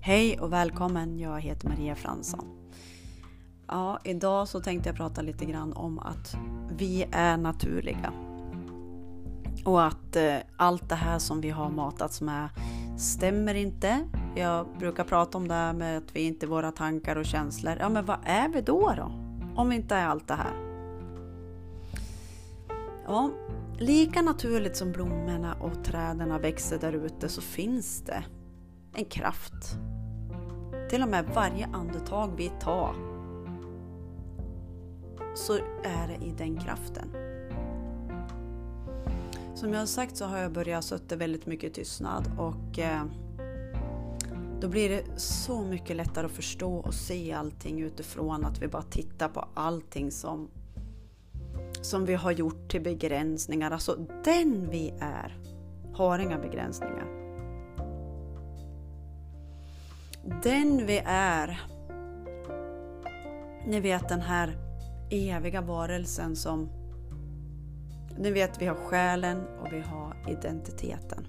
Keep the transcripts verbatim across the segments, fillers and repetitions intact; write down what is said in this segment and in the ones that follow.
Hej och välkommen, jag heter Maria Fransson. Ja, idag så tänkte jag prata lite grann om att vi är naturliga. Och att eh, allt det här som vi har matats med stämmer inte. Jag brukar prata om det här med att vi inte är våra tankar och känslor. Ja, men vad är vi då då? Om vi inte är allt det här. Ja, lika naturligt som blommorna och träden växer där ute så finns det en kraft. Till och med varje andetag vi tar så är det i den kraften. Som jag har sagt så har jag börjat sätta väldigt mycket tystnad och eh, då blir det så mycket lättare att förstå och se allting utifrån att vi bara tittar på allting som, som vi har gjort till begränsningar. Alltså den vi är har inga begränsningar. Den vi är, ni vet den här eviga varelsen som, ni vet vi har själen och vi har identiteten.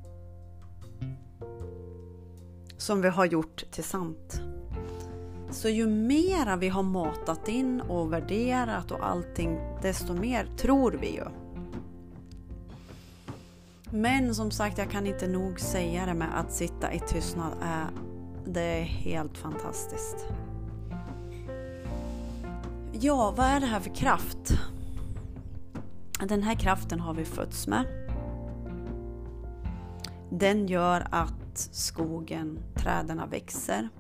Som vi har gjort till sant. Så ju mera vi har matat in och värderat och allting, desto mer tror vi ju. Men som sagt, jag kan inte nog säga det med att sitta i tystnad är Det är helt fantastiskt. Ja, vad är det här för kraft? Den här kraften har vi fötts med. Den gör att skogen, träden växer.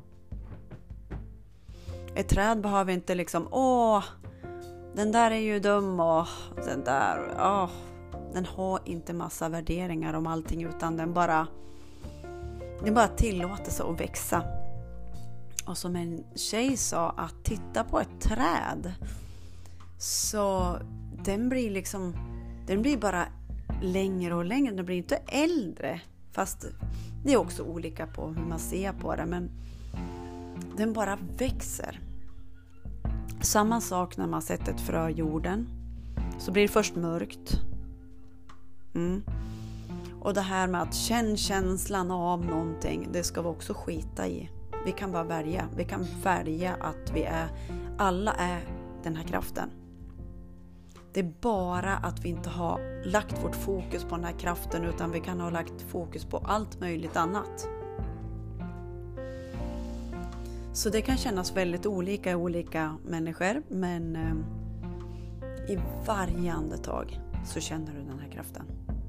Ett träd behöver inte liksom, åh, den där är ju dum och den där, åh. Den har inte massa värderingar om allting utan den bara Det bara tillåter sig att växa. Och som en tjej sa, att titta på ett träd. Så den blir liksom, den blir bara längre och längre. Den blir inte äldre. Fast det är också olika på hur man ser på det. Men den bara växer. Samma sak när man sätter ett frö i jorden. Så blir det först mörkt. Mm. Och det här med att känna känslan av någonting, det ska vi också skita i. Vi kan bara välja. Vi kan välja att vi är, alla är den här kraften. Det är bara att vi inte har lagt vårt fokus på den här kraften utan vi kan ha lagt fokus på allt möjligt annat. Så det kan kännas väldigt olika i olika människor, men eh, i varje andetag så känner du den här kraften.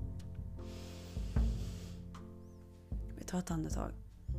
Ta ett andetag.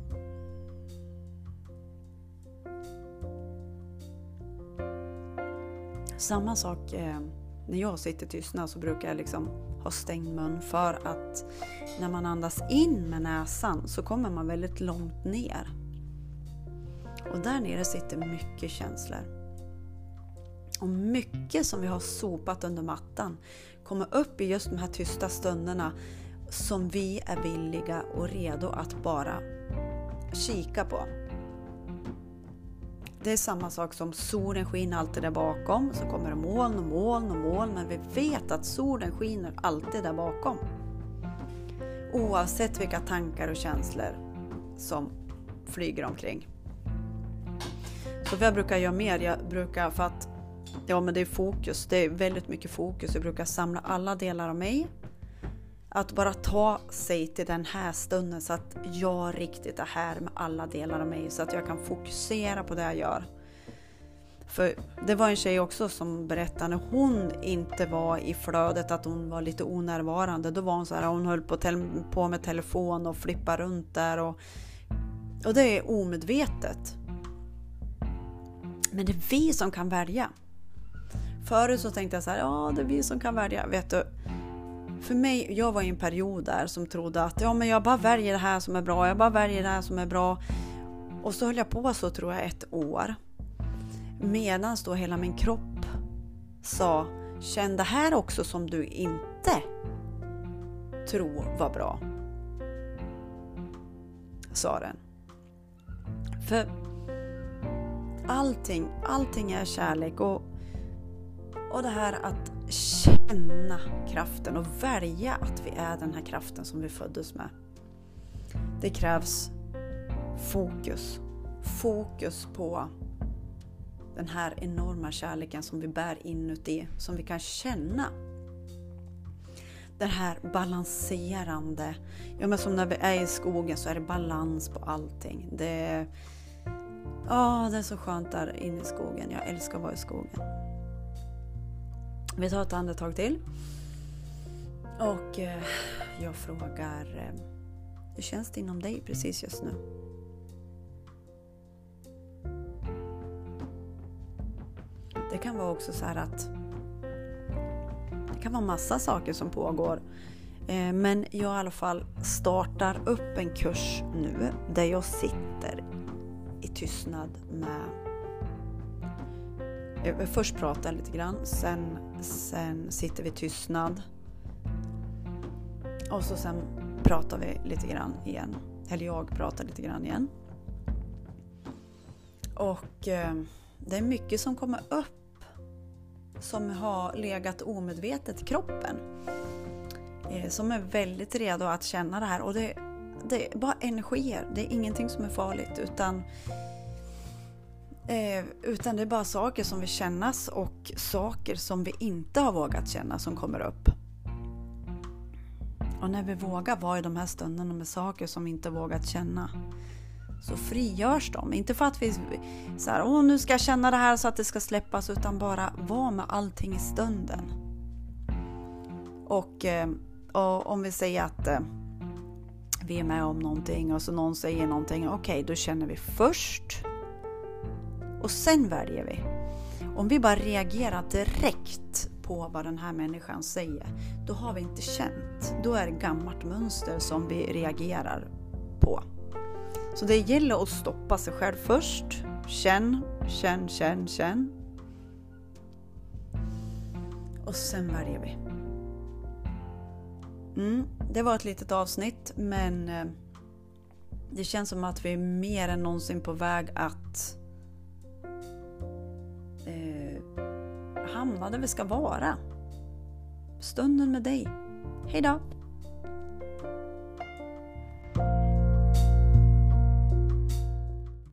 Samma sak eh, när jag sitter tystnad så brukar jag liksom ha stängd mun för att när man andas in med näsan så kommer man väldigt långt ner. Och där nere sitter mycket känslor. Och mycket som vi har sopat under mattan kommer upp i just de här tysta stunderna som vi är villiga och redo att bara kika på. Det är samma sak som solen skiner alltid där bakom. Så kommer det moln och moln och moln. Men vi vet att solen skiner alltid där bakom. Oavsett vilka tankar och känslor som flyger omkring. Så vad jag brukar göra mer? Jag brukar för att, ja men det är fokus. Det är väldigt mycket fokus. Jag brukar samla alla delar av mig. Att bara ta sig till den här stunden så att jag riktigt är här med alla delar av mig. Så att jag kan fokusera på det jag gör. För det var en tjej också som berättade när hon inte var i flödet att hon var lite onärvarande. Då var hon så här, hon höll på, te- på med telefon och flippade runt där. Och, och det är omedvetet. Men det är vi som kan välja. Förut så tänkte jag så här, ja det är vi som kan välja. Vet du. För mig, jag var i en period där som trodde att ja, men jag bara väljer det här som är bra. Jag bara väljer det här som är bra. Och så höll jag på så tror jag ett år. Medan då hela min kropp sa, känn det här också som du inte tror var bra. Sa den. För allting, allting är kärlek och, och det här att känna kraften och välja att vi är den här kraften som vi föddes med. Det krävs fokus. Fokus på den här enorma kärleken som vi bär inuti, som vi kan känna. Det här balanserande, ja, men som när vi är i skogen så är det balans på allting. Det är, åh, det är så skönt där inne i skogen. Jag älskar att vara i skogen. Vi tar ett andetag till. Och eh, jag frågar, eh, hur känns det inom dig precis just nu? Det kan vara också så här att det kan vara massa saker som pågår. Eh, men jag i alla fall startar upp en kurs nu där jag sitter i tystnad med... Jag först pratar lite grann, sen, sen sitter vi i tystnad. Och så sen pratar vi lite grann igen. Eller jag pratar lite grann igen. Och eh, det är mycket som kommer upp som har legat omedvetet i kroppen. Eh, som är väldigt redo att känna det här. Och det, det är bara energier. Det är ingenting som är farligt. Utan, eh, utan det är bara saker som vill kännas. Och saker som vi inte har vågat känna som kommer upp. Och när vi vågar vara i de här stunderna med saker som vi inte vågat känna, så frigörs de. Inte för att vi så här, åh, nu ska jag känna det här så att det ska släppas, utan bara vara med allting i stunden. Och, och om vi säger att eh, vi är med om någonting och så någon säger någonting, okej, okay, då känner vi först och sen väljer vi. Om vi bara reagerar direkt på vad den här människan säger, då har vi inte känt. Då är det ett gammalt mönster som vi reagerar på. Så det gäller att stoppa sig själv först. Känn, känn, känn, känn. Och sen väljer vi. Mm, det var ett litet avsnitt, men eh, det känns som att vi är mer än någonsin på väg att eh, hamna där vi ska vara. Stunden med dig. Hej då!